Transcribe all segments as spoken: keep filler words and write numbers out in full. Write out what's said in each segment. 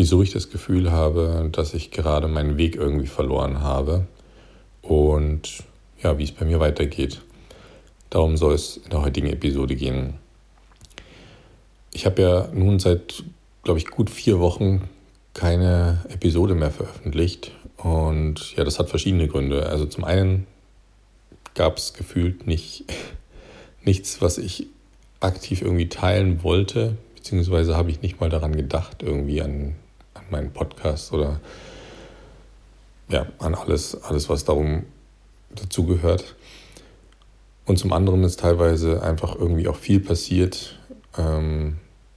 wieso ich das Gefühl habe, dass ich gerade meinen Weg irgendwie verloren habe und ja, wie es bei mir weitergeht. Darum soll es in der heutigen Episode gehen. Ich habe ja nun seit, glaube ich, gut vier Wochen keine Episode mehr veröffentlicht und ja, das hat verschiedene Gründe. Also zum einen gab es gefühlt nicht, nichts, was ich aktiv irgendwie teilen wollte, beziehungsweise habe ich nicht mal daran gedacht, irgendwie an, an meinen Podcast oder ja, an alles, alles, was darum dazugehört. Und zum anderen ist teilweise einfach irgendwie auch viel passiert, ähm,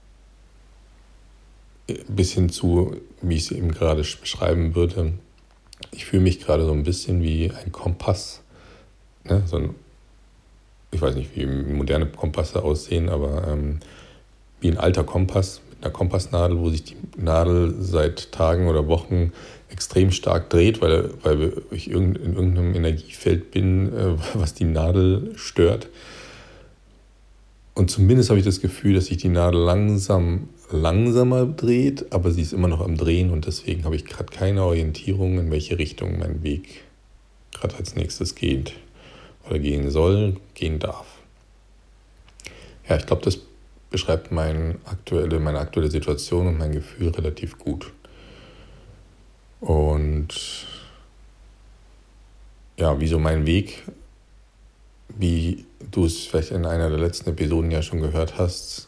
bis hin zu, wie ich es eben gerade beschreiben würde. Ich fühle mich gerade so ein bisschen wie ein Kompass, ne? So ein, ich weiß nicht, wie moderne Kompasse aussehen, aber ähm, wie ein alter Kompass mit einer Kompassnadel, wo sich die Nadel seit Tagen oder Wochen extrem stark dreht, weil, weil ich in irgendeinem Energiefeld bin, was die Nadel stört. Und zumindest habe ich das Gefühl, dass sich die Nadel langsam langsamer dreht, aber sie ist immer noch am Drehen und deswegen habe ich gerade keine Orientierung, in welche Richtung mein Weg gerade als nächstes geht oder gehen soll, gehen darf. Ja, ich glaube, das beschreibt meine aktuelle, meine aktuelle Situation und mein Gefühl relativ gut. Und ja, wieso mein Weg, wie du es vielleicht in einer der letzten Episoden ja schon gehört hast,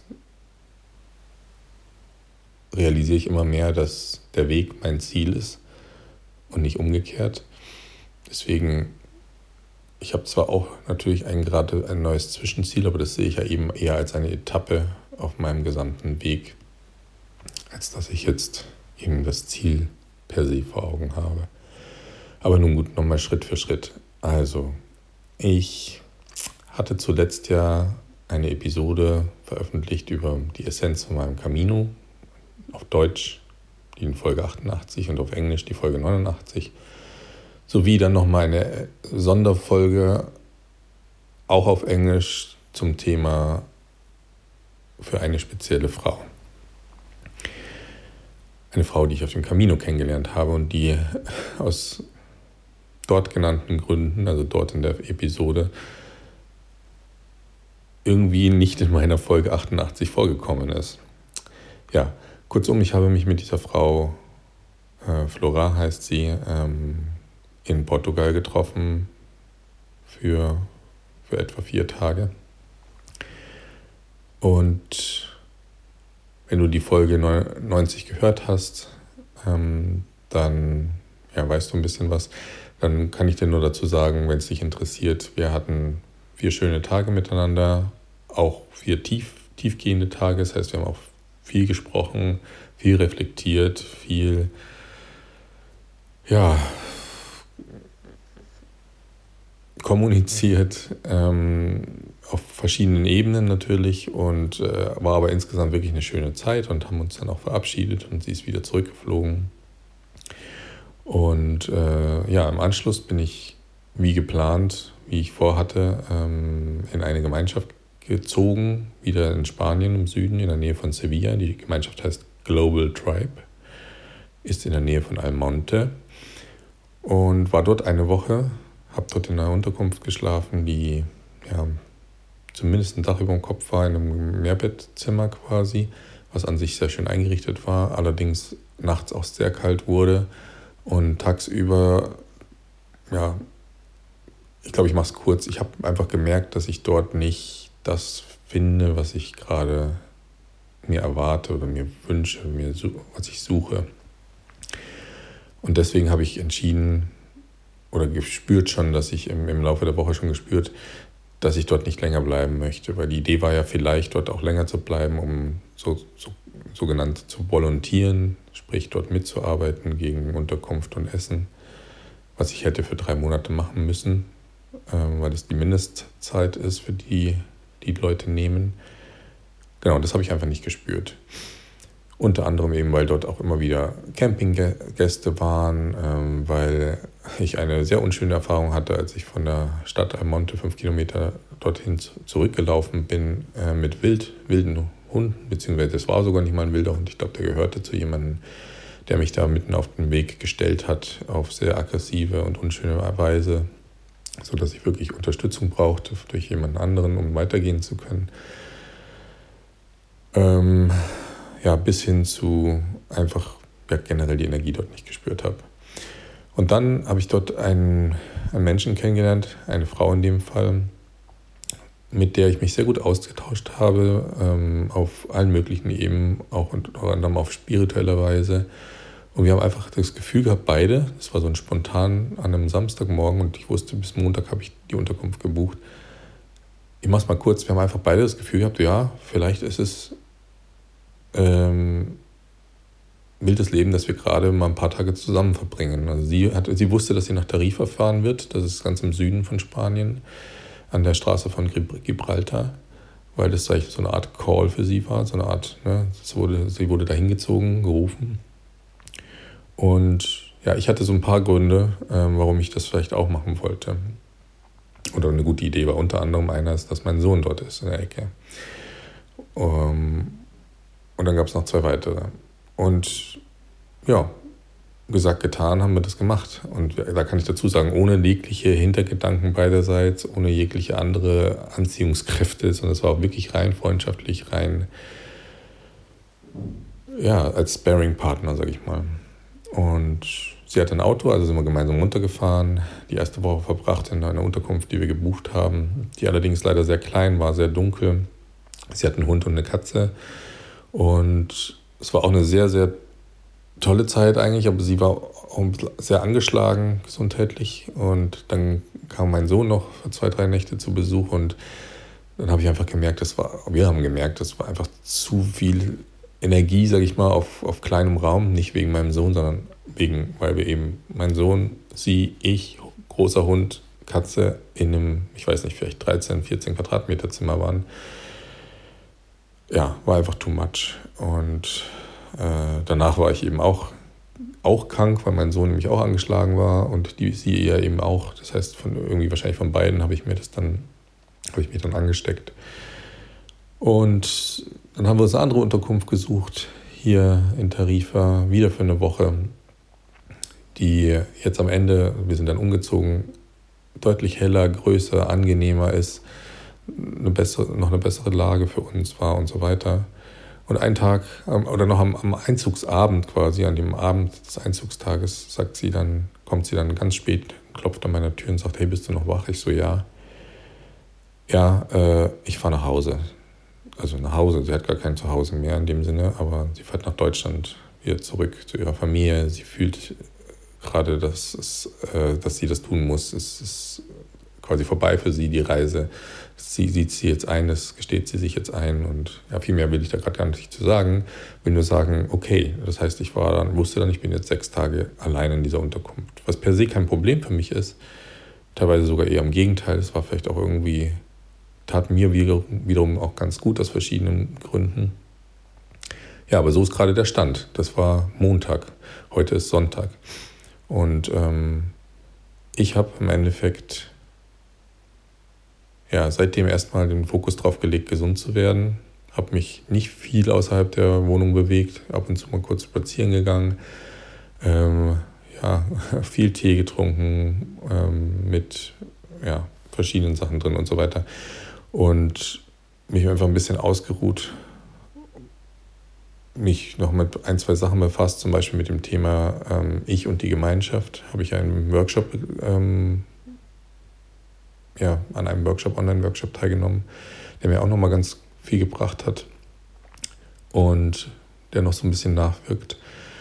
realisiere ich immer mehr, dass der Weg mein Ziel ist und nicht umgekehrt. Deswegen, ich habe zwar auch natürlich ein, gerade ein neues Zwischenziel, aber das sehe ich ja eben eher als eine Etappe auf meinem gesamten Weg, als dass ich jetzt eben das Ziel per se vor Augen habe. Aber nun gut, nochmal Schritt für Schritt. Also, ich hatte zuletzt ja eine Episode veröffentlicht über die Essenz von meinem Camino, auf Deutsch die in Folge achtundachtzig und auf Englisch die Folge neunundachtzig, sowie dann nochmal eine Sonderfolge, auch auf Englisch, zum Thema für eine spezielle Frau. Eine Frau, die ich auf dem Camino kennengelernt habe und die aus dort genannten Gründen, also dort in der Episode, irgendwie nicht in meiner Folge achtundachtzig vorgekommen ist. Ja, kurzum, ich habe mich mit dieser Frau, äh, Flora heißt sie, ähm, in Portugal getroffen für, für etwa vier Tage. Und wenn du die Folge neunzig gehört hast, ähm, dann ja, weißt du ein bisschen was. Dann kann ich dir nur dazu sagen, wenn es dich interessiert, wir hatten vier schöne Tage miteinander, auch vier tief, tiefgehende Tage. Das heißt, wir haben auch viel gesprochen, viel reflektiert, viel, ja, kommuniziert, ähm, auf verschiedenen Ebenen natürlich und äh, war aber insgesamt wirklich eine schöne Zeit und haben uns dann auch verabschiedet und sie ist wieder zurückgeflogen. Und äh, ja, im Anschluss bin ich wie geplant, wie ich vorhatte, ähm, in eine Gemeinschaft gezogen, wieder in Spanien im Süden, in der Nähe von Sevilla. Die Gemeinschaft heißt Global Tribe, ist in der Nähe von Almonte und war dort eine Woche, habe dort in einer Unterkunft geschlafen, die ja, zumindest ein Dach über dem Kopf war, in einem Mehrbettzimmer quasi, was an sich sehr schön eingerichtet war, allerdings nachts auch sehr kalt wurde. Und tagsüber, ja, ich glaube, ich mache es kurz. Ich habe einfach gemerkt, dass ich dort nicht das finde, was ich gerade mir erwarte oder mir wünsche, mir, was ich suche. Und deswegen habe ich entschieden oder gespürt schon, dass ich im, im Laufe der Woche schon gespürt, dass ich dort nicht länger bleiben möchte. Weil die Idee war ja vielleicht, dort auch länger zu bleiben, um so, so sogenannt zu volontieren, sprich dort mitzuarbeiten gegen Unterkunft und Essen, was ich hätte für drei Monate machen müssen, äh, weil es die Mindestzeit ist, für die die Leute nehmen. Genau, das habe ich einfach nicht gespürt. Unter anderem eben, weil dort auch immer wieder Campinggäste waren, ähm, weil ich eine sehr unschöne Erfahrung hatte, als ich von der Stadt Almonte fünf Kilometer dorthin zurückgelaufen bin äh, mit wild, wilden Hunden, beziehungsweise es war sogar nicht mal ein wilder Hund, ich glaube, der gehörte zu jemandem, der mich da mitten auf den Weg gestellt hat, auf sehr aggressive und unschöne Weise, sodass ich wirklich Unterstützung brauchte durch jemanden anderen, um weitergehen zu können. Ähm, ja, bis hin zu einfach ja, generell die Energie dort nicht gespürt habe. Und dann habe ich dort einen, einen Menschen kennengelernt, eine Frau in dem Fall, mit der ich mich sehr gut ausgetauscht habe, ähm, auf allen möglichen Ebenen, auch unter anderem auf spiritueller Weise. Und wir haben einfach das Gefühl gehabt, beide, das war so ein spontan an einem Samstagmorgen und ich wusste, bis Montag habe ich die Unterkunft gebucht. Ich mache es mal kurz, wir haben einfach beide das Gefühl gehabt, ja, vielleicht ist es ähm, wildes Leben, dass wir gerade mal ein paar Tage zusammen verbringen. Also sie, hat, sie wusste, dass sie nach Tarifa fahren wird, das ist ganz im Süden von Spanien, an der Straße von Gibraltar, weil das eigentlich so eine Art Call für sie war, so eine Art, ne, wurde, sie wurde dahin gezogen, gerufen. Und ja, ich hatte so ein paar Gründe, ähm, warum ich das vielleicht auch machen wollte. Oder eine gute Idee war. Unter anderem einer ist, dass mein Sohn dort ist in der Ecke. Um, und dann gab es noch zwei weitere. Und ja, gesagt, getan, haben wir das gemacht. Und da kann ich dazu sagen, ohne jegliche Hintergedanken beiderseits, ohne jegliche andere Anziehungskräfte, sondern es war auch wirklich rein freundschaftlich, rein ja, als Sparring-Partner, sag ich mal. Und sie hatte ein Auto, also sind wir gemeinsam runtergefahren, die erste Woche verbracht in einer Unterkunft, die wir gebucht haben, die allerdings leider sehr klein war, sehr dunkel. Sie hat einen Hund und eine Katze und es war auch eine sehr, sehr tolle Zeit eigentlich, aber sie war auch sehr angeschlagen gesundheitlich und dann kam mein Sohn noch für zwei, drei Nächte zu Besuch und dann habe ich einfach gemerkt, das war, wir haben gemerkt, das war einfach zu viel Energie, sage ich mal, auf, auf kleinem Raum, nicht wegen meinem Sohn, sondern wegen, weil wir eben, mein Sohn, sie, ich, großer Hund, Katze in einem, ich weiß nicht, vielleicht dreizehn, vierzehn Quadratmeter Zimmer waren. Ja, war einfach too much. Und äh, danach war ich eben auch, auch krank, weil mein Sohn nämlich auch angeschlagen war und die, sie ja eben auch. Das heißt, von irgendwie wahrscheinlich von beiden habe ich mir das dann, habe ich mich dann angesteckt. Und dann haben wir uns eine andere Unterkunft gesucht, hier in Tarifa, wieder für eine Woche, die jetzt am Ende, wir sind dann umgezogen, deutlich heller, größer, angenehmer ist, eine bessere, noch eine bessere Lage für uns war und so weiter. Und einen Tag, oder noch am, am Einzugsabend quasi, an dem Abend des Einzugstages, sagt sie dann, kommt sie dann ganz spät, klopft an meiner Tür und sagt, hey, bist du noch wach? Ich so, ja. Ja, äh, ich fahre nach Hause. Also nach Hause, sie hat gar kein Zuhause mehr in dem Sinne, aber sie fährt nach Deutschland wieder zurück zu ihrer Familie. Sie fühlt gerade, dass, es, äh, dass sie das tun muss. Es ist quasi vorbei für sie, die Reise. Sie sieht sie jetzt ein, das gesteht sie sich jetzt ein und ja, viel mehr will ich da gerade gar nicht zu sagen. Will nur sagen, okay, das heißt, ich war dann, wusste dann, ich bin jetzt sechs Tage allein in dieser Unterkunft. Was per se kein Problem für mich ist, teilweise sogar eher im Gegenteil. Es war vielleicht auch irgendwie, tat mir wiederum auch ganz gut aus verschiedenen Gründen. Ja, aber so ist gerade der Stand. Das war Montag, heute ist Sonntag. Und ähm, ich habe im Endeffekt ja, seitdem erstmal den Fokus drauf gelegt, gesund zu werden. Habe mich nicht viel außerhalb der Wohnung bewegt, ab und zu mal kurz spazieren gegangen. Ähm, ja, viel Tee getrunken ähm, mit ja, verschiedenen Sachen drin und so weiter. Und mich einfach ein bisschen ausgeruht, mich noch mit ein, zwei Sachen befasst, zum Beispiel mit dem Thema ähm, Ich und die Gemeinschaft. Habe ich einen Workshop, ähm, ja, an einem Workshop, Online-Workshop teilgenommen, der mir auch nochmal ganz viel gebracht hat und der noch so ein bisschen nachwirkt.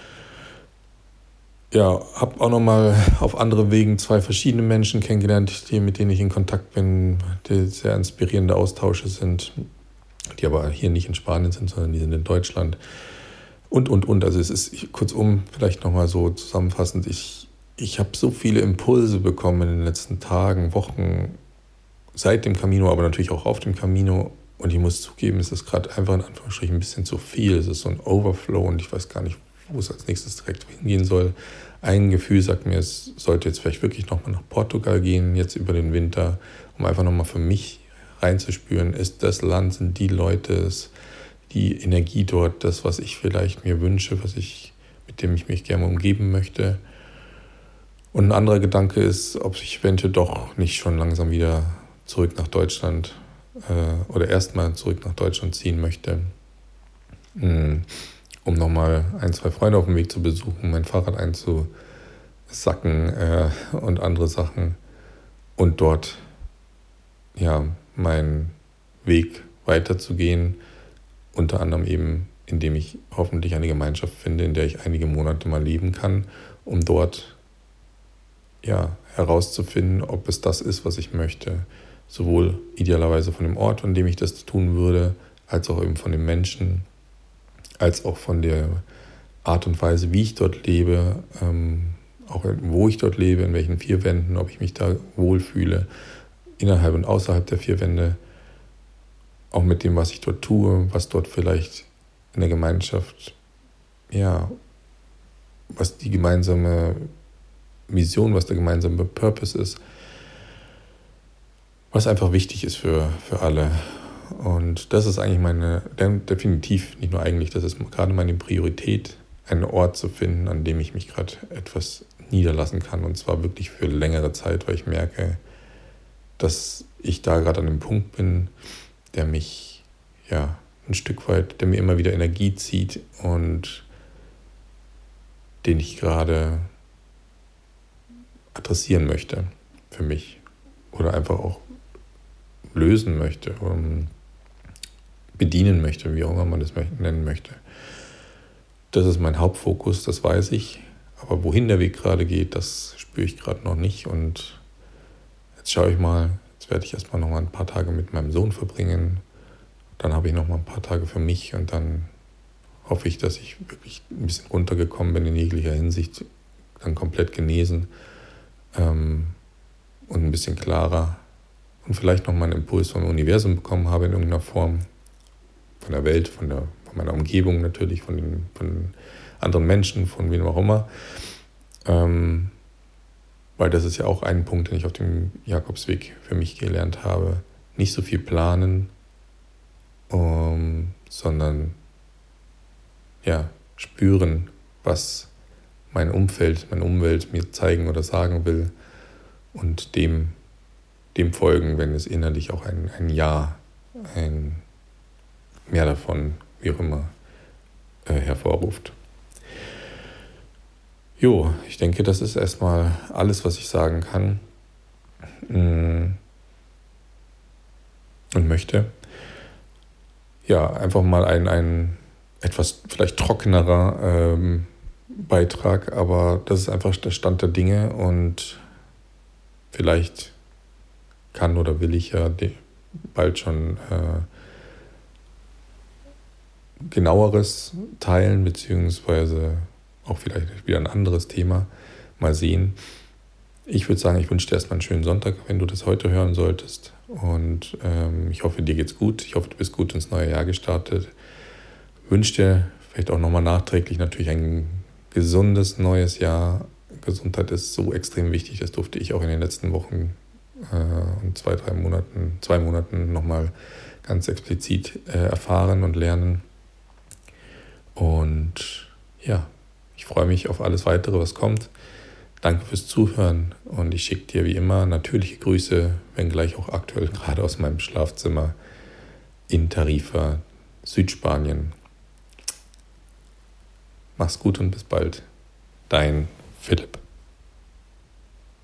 Ja, habe auch nochmal auf andere Wegen zwei verschiedene Menschen kennengelernt, die, mit denen ich in Kontakt bin, die sehr inspirierende Austausche sind, die aber hier nicht in Spanien sind, sondern die sind in Deutschland. Und, und, und. Also es ist, kurzum, vielleicht nochmal so zusammenfassend, ich, ich habe so viele Impulse bekommen in den letzten Tagen, Wochen, seit dem Camino, aber natürlich auch auf dem Camino. Und ich muss zugeben, es ist gerade einfach in Anführungsstrichen ein bisschen zu viel. Es ist so ein Overflow und ich weiß gar nicht, wo es als nächstes direkt hingehen soll. Ein Gefühl sagt mir, es sollte jetzt vielleicht wirklich nochmal nach Portugal gehen, jetzt über den Winter, um einfach nochmal für mich reinzuspüren, ist das Land, sind die Leute, ist die Energie dort, das, was ich vielleicht mir wünsche, was ich mit dem ich mich gerne umgeben möchte. Und ein anderer Gedanke ist, ob ich eventuell doch nicht schon langsam wieder zurück nach Deutschland äh, oder erstmal zurück nach Deutschland ziehen möchte, mh, um nochmal ein, zwei Freunde auf dem Weg zu besuchen, mein Fahrrad einzusacken äh, und andere Sachen und dort ja meinen Weg weiterzugehen, unter anderem eben, indem ich hoffentlich eine Gemeinschaft finde, in der ich einige Monate mal leben kann, um dort ja, herauszufinden, ob es das ist, was ich möchte. Sowohl idealerweise von dem Ort, an dem ich das tun würde, als auch eben von den Menschen, als auch von der Art und Weise, wie ich dort lebe, ähm, auch wo ich dort lebe, in welchen vier Wänden, ob ich mich da wohlfühle, innerhalb und außerhalb der vier Wände, auch mit dem, was ich dort tue, was dort vielleicht in der Gemeinschaft, ja, was die gemeinsame Vision, was der gemeinsame Purpose ist, was einfach wichtig ist für, für alle. Und das ist eigentlich meine, definitiv, nicht nur eigentlich, das ist gerade meine Priorität, einen Ort zu finden, an dem ich mich gerade etwas niederlassen kann. Und zwar wirklich für längere Zeit, weil ich merke, dass ich da gerade an dem Punkt bin, der mich ja ein Stück weit, der mir immer wieder Energie zieht und den ich gerade adressieren möchte für mich oder einfach auch lösen möchte, um bedienen möchte, wie auch immer man das nennen möchte. Das ist mein Hauptfokus, das weiß ich, aber wohin der Weg gerade geht, das spüre ich gerade noch nicht und jetzt schaue ich mal, jetzt werde ich erstmal noch mal ein paar Tage mit meinem Sohn verbringen, dann habe ich noch mal ein paar Tage für mich und dann hoffe ich, dass ich wirklich ein bisschen runtergekommen bin in jeglicher Hinsicht, dann komplett genesen ähm, und ein bisschen klarer und vielleicht noch mal einen Impuls vom Universum bekommen habe in irgendeiner Form, von der Welt, von, der, von meiner Umgebung natürlich, von den, von anderen Menschen, von wem auch immer. Ähm, weil das ist ja auch ein Punkt, den ich auf dem Jakobsweg für mich gelernt habe. Nicht so viel planen, um, sondern ja, spüren, was mein Umfeld, meine Umwelt mir zeigen oder sagen will und dem, dem folgen, wenn es innerlich auch ein, ein Ja, ein mehr davon, wie auch immer, äh, hervorruft. Jo, ich denke, das ist erstmal alles, was ich sagen kann und möchte. Ja, einfach mal ein, ein etwas vielleicht trockenerer ähm, Beitrag, aber das ist einfach der Stand der Dinge und vielleicht kann oder will ich ja bald schon äh, genaueres teilen, beziehungsweise auch vielleicht wieder ein anderes Thema, mal sehen. Ich würde sagen, ich wünsche dir erstmal einen schönen Sonntag, wenn du das heute hören solltest und ähm, ich hoffe, dir geht's gut, ich hoffe, du bist gut ins neue Jahr gestartet. Wünsche dir vielleicht auch nochmal nachträglich natürlich ein gesundes neues Jahr. Gesundheit ist so extrem wichtig, das durfte ich auch in den letzten Wochen äh, und zwei, drei Monaten, zwei Monaten nochmal ganz explizit äh, erfahren und lernen. Und ja, ich freue mich auf alles Weitere, was kommt. Danke fürs Zuhören und ich schicke dir wie immer natürliche Grüße, wenngleich auch aktuell gerade aus meinem Schlafzimmer in Tarifa, Südspanien. Mach's gut und bis bald. Dein Philipp.